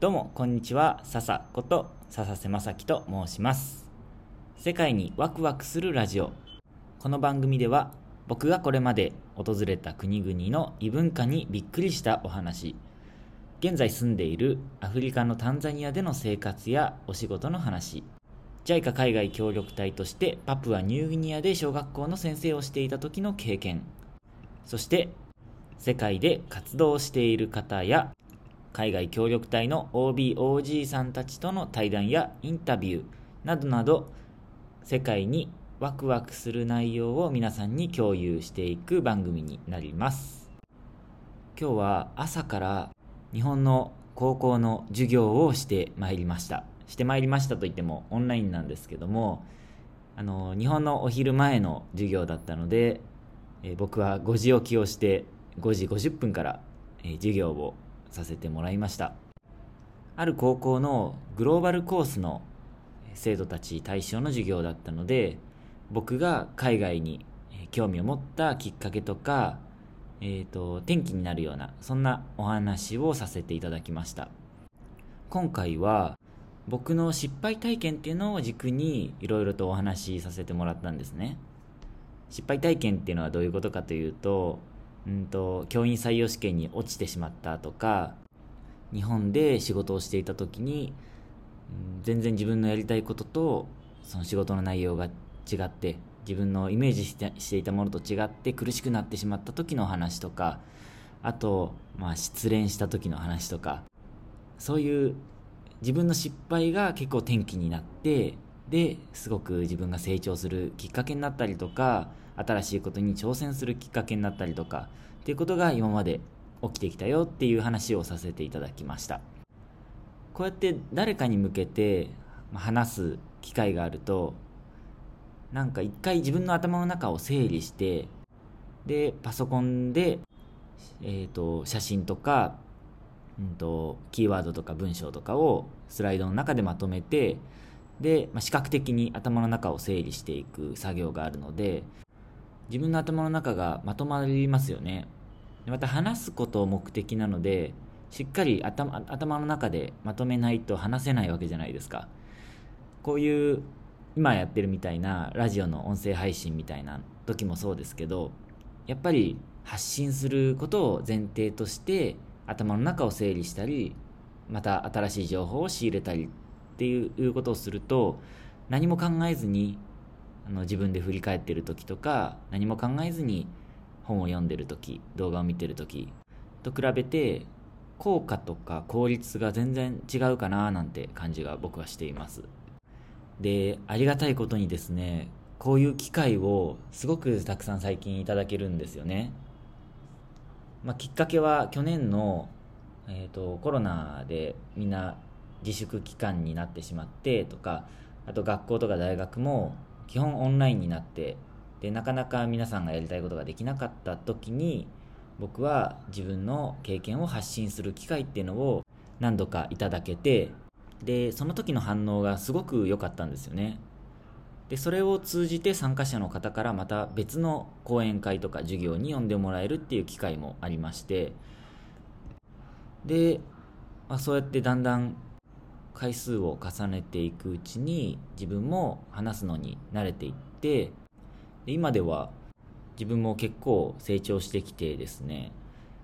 どうもこんにちは、笹こと笹瀬正樹と申します。世界にワクワクするラジオ。この番組では僕がこれまで訪れた国々の異文化にびっくりしたお話、現在住んでいるアフリカのタンザニアでの生活やお仕事の話、JICA 海外協力隊としてパプアニューギニアで小学校の先生をしていた時の経験、そして世界で活動している方や海外協力隊の OB、OG さんたちとの対談やインタビューなどなど、世界にワクワクする内容を皆さんに共有していく番組になります。今日は朝から日本の高校の授業をしてまいりました。といってもオンラインなんですけども、日本のお昼前の授業だったので、僕は5時起きをして5時50分から、授業をさせてもらいました。ある高校のグローバルコースの生徒たち対象の授業だったので、僕が海外に興味を持ったきっかけとか、転機になるようなそんなお話をさせていただきました。今回は僕の失敗体験っていうのを軸にいろいろとお話しさせてもらったんですね。失敗体験っていうのはどういうことかというと、教員採用試験に落ちてしまったとか、日本で仕事をしていた時に、全然自分のやりたいこととその仕事の内容が違って、自分のイメージしていたものと違って苦しくなってしまった時の話とか、あと、失恋した時の話とか、そういう自分の失敗が結構転機になって、ですごく自分が成長するきっかけになったりとか、新しいことに挑戦するきっかけになったりとかっていうことが今まで起きてきたよっていう話をさせていただきました。こうやって誰かに向けて話す機会があると、なんか一回自分の頭の中を整理して、でパソコンで、写真とか、キーワードとか文章とかをスライドの中でまとめて、で、視覚的に頭の中を整理していく作業があるので、自分の頭の中がまとまりますよね。また話すことを目的なので、しっかり頭の中でまとめないと話せないわけじゃないですか。こういう今やってるみたいなラジオの音声配信みたいな時もそうですけど、やっぱり発信することを前提として頭の中を整理したり、また新しい情報を仕入れたりっていうことをすると、何も考えずに自分で振り返ってる時とか、何も考えずに本を読んでる時、動画を見てる時と比べて効果とか効率が全然違うかななんて感じが僕はしています。で、ありがたいことにですね、こういう機会をすごくたくさん最近いただけるんですよね。きっかけは去年の、コロナでみんな自粛期間になってしまってとか、あと学校とか大学も基本オンラインになって、でなかなか皆さんがやりたいことができなかった時に、僕は自分の経験を発信する機会っていうのを何度かいただけて、でその時の反応がすごく良かったんですよね。でそれを通じて参加者の方からまた別の講演会とか授業に呼んでもらえるっていう機会もありまして、で、そうやってだんだん回数を重ねていくうちに自分も話すのに慣れていって、で今では自分も結構成長してきてですね、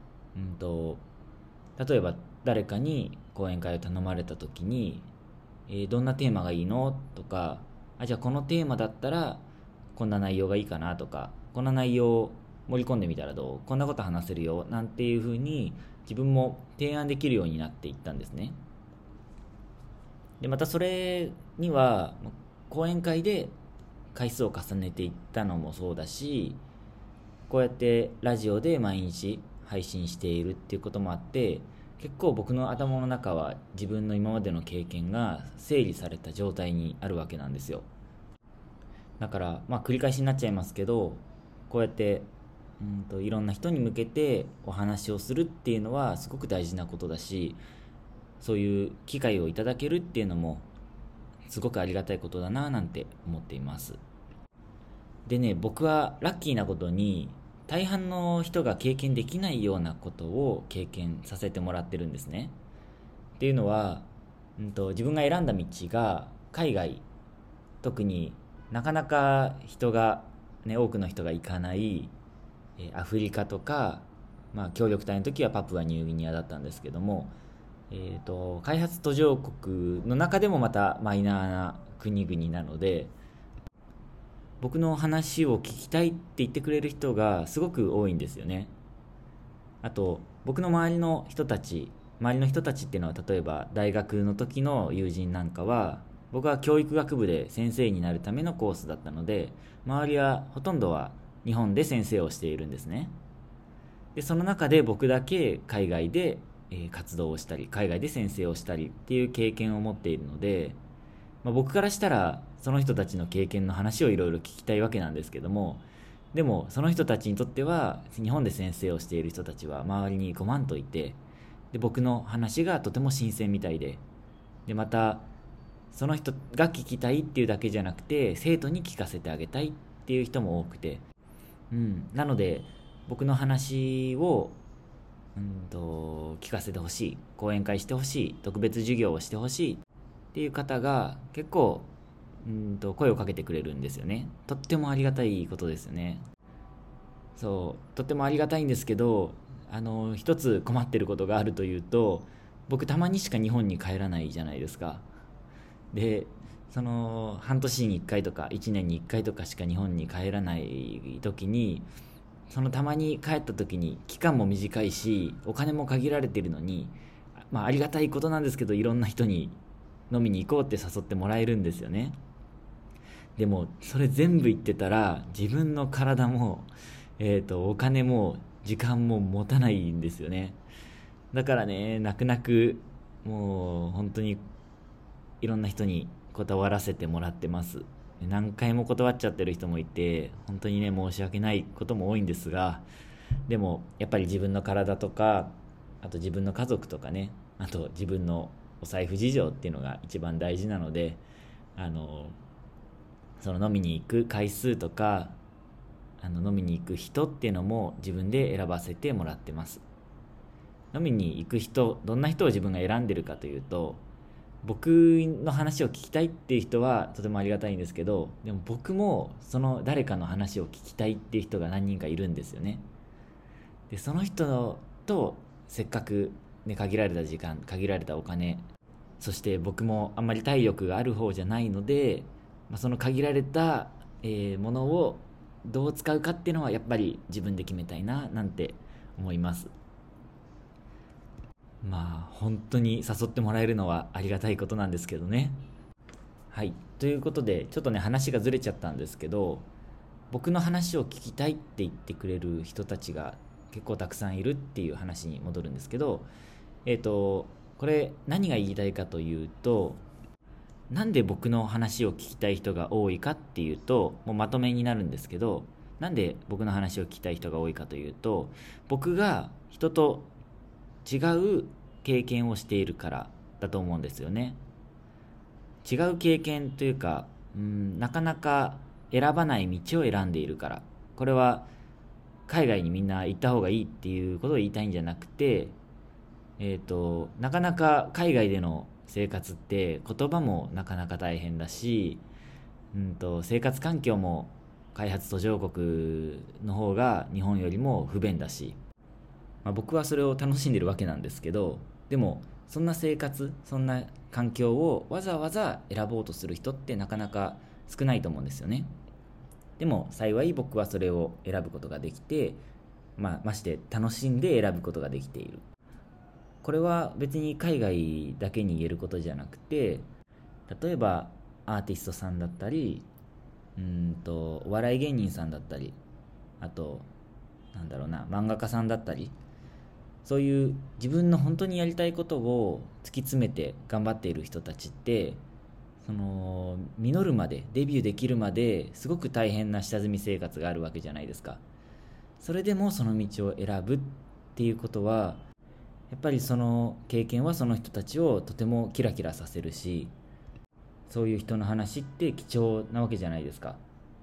例えば誰かに講演会を頼まれた時に、どんなテーマがいいのとか、じゃあこのテーマだったらこんな内容がいいかなとか、こんな内容を盛り込んでみたらどう、こんなこと話せるよなんていう風に自分も提案できるようになっていったんですね。でまたそれには講演会で回数を重ねていったのもそうだし、こうやってラジオで毎日配信しているっていうこともあって、結構僕の頭の中は自分の今までの経験が整理された状態にあるわけなんですよ。だから繰り返しになっちゃいますけど、こうやっていろんな人に向けてお話をするっていうのはすごく大事なことだし、そういう機会をいただけるっていうのもすごくありがたいことだななんて思っています。でね、僕はラッキーなことに大半の人が経験できないようなことを経験させてもらってるんですね。 っていうのは、自分が選んだ道が海外、特になかなか人が、多くの人が行かない、アフリカとか、協力隊の時はパプアニューギニアだったんですけども、開発途上国の中でもまたマイナーな国々なので、僕の話を聞きたいって言ってくれる人がすごく多いんですよね。あと僕の周りの人たちっていうのは、例えば大学の時の友人なんかは、僕は教育学部で先生になるためのコースだったので、周りはほとんどは日本で先生をしているんですね。でその中で僕だけ海外で活動をしたり、海外で先生をしたりっていう経験を持っているので、僕からしたらその人たちの経験の話をいろいろ聞きたいわけなんですけども、でもその人たちにとっては、日本で先生をしている人たちは周りに5万といて、で僕の話がとても新鮮みたいで、またその人が聞きたいっていうだけじゃなくて、生徒に聞かせてあげたいっていう人も多くて、なので僕の話を聞かせてほしい、講演会してほしい、特別授業をしてほしいっていう方が結構声をかけてくれるんですよね。とってもありがたいことですよね。そうとってもありがたいんですけど、一つ困ってることがあるというと、僕たまにしか日本に帰らないじゃないですか。でその半年に1回とか1年に1回とかしか日本に帰らない時に、そのたまに帰った時に期間も短いしお金も限られているのに、ありがたいことなんですけど、いろんな人に飲みに行こうって誘ってもらえるんですよね。でもそれ全部言ってたら、自分の体も、お金も時間も持たないんですよね。だからね、泣く泣くもう本当にいろんな人に断らせてもらってます。何回も断っちゃってる人もいて、本当にね、申し訳ないことも多いんですが、でもやっぱり自分の体とか、あと自分の家族とかね、あと自分のお財布事情っていうのが一番大事なので、その飲みに行く回数とか、飲みに行く人っていうのも自分で選ばせてもらってます。飲みに行く人、どんな人を自分が選んでるかというと、僕の話を聞きたいっていう人はとてもありがたいんですけど、でも僕もその誰かの話を聞きたいっていう人が何人かいるんですよね。でその人とせっかく、ね、限られた時間、限られたお金、そして僕もあんまり体力がある方じゃないので、その限られた、ものをどう使うかっていうのはやっぱり自分で決めたいななんて思います。本当に誘ってもらえるのはありがたいことなんですけどね。はい、ということでちょっとね話がずれちゃったんですけど、僕の話を聞きたいって言ってくれる人たちが結構たくさんいるっていう話に戻るんですけど、これ何が言いたいかというと、なんで僕の話を聞きたい人が多いかっていうと、もうまとめになるんですけど、なんで僕の話を聞きたい人が多いかというと、僕が人と違う経験をしているからだと思うんですよね。違う経験というか、なかなか選ばない道を選んでいるから。これは海外にみんな行った方がいいっていうことを言いたいんじゃなくて、なかなか海外での生活って言葉もなかなか大変だし、生活環境も開発途上国の方が日本よりも不便だし、僕はそれを楽しんでるわけなんですけど、でもそんな生活、そんな環境をわざわざ選ぼうとする人ってなかなか少ないと思うんですよね。でも幸い僕はそれを選ぶことができて、まして楽しんで選ぶことができている。これは別に海外だけに言えることじゃなくて、例えばアーティストさんだったり、お笑い芸人さんだったり、あと漫画家さんだったり、そういう自分の本当にやりたいことを突き詰めて頑張っている人たちって、その実るまで、デビューできるまですごく大変な下積み生活があるわけじゃないですか。それでもその道を選ぶっていうことは、やっぱりその経験はその人たちをとてもキラキラさせるし、そういう人の話って貴重なわけじゃないですか。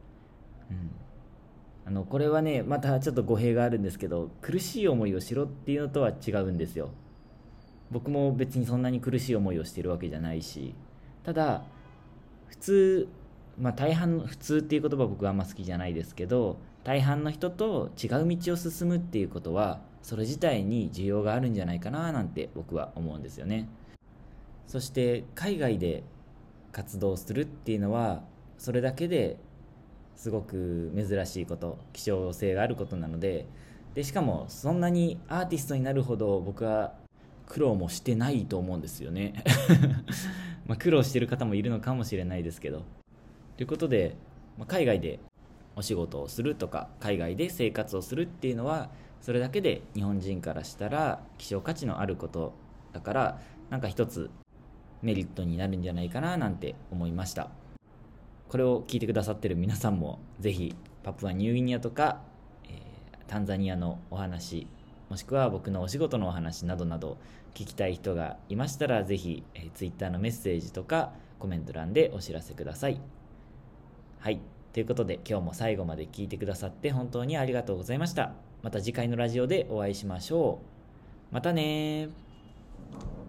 これはね、またちょっと語弊があるんですけど、苦しい思いをしろっていうのとは違うんですよ。 僕も別にそんなに苦しい思いをしているわけじゃないし、ただ普通、大半の普通っていう言葉僕はあんま好きじゃないですけど、大半の人と違う道を進むっていうことはそれ自体に需要があるんじゃないかななんて僕は思うんですよね。そして海外で活動するっていうのはそれだけですごく珍しいこと、希少性があることなので、しかもそんなにアーティストになるほど僕は苦労もしてないと思うんですよね苦労してる方もいるのかもしれないですけど、ということで、海外でお仕事をするとか海外で生活をするっていうのはそれだけで日本人からしたら希少価値のあることだから、なんか一つメリットになるんじゃないかななんて思いました。これを聞いてくださってる皆さんもぜひパプアニューギニアとか、タンザニアのお話、もしくは僕のお仕事のお話などなど聞きたい人がいましたら、ぜひ、Twitter のメッセージとかコメント欄でお知らせください。はい、ということで今日も最後まで聞いてくださって本当にありがとうございました。また次回のラジオでお会いしましょう。またね。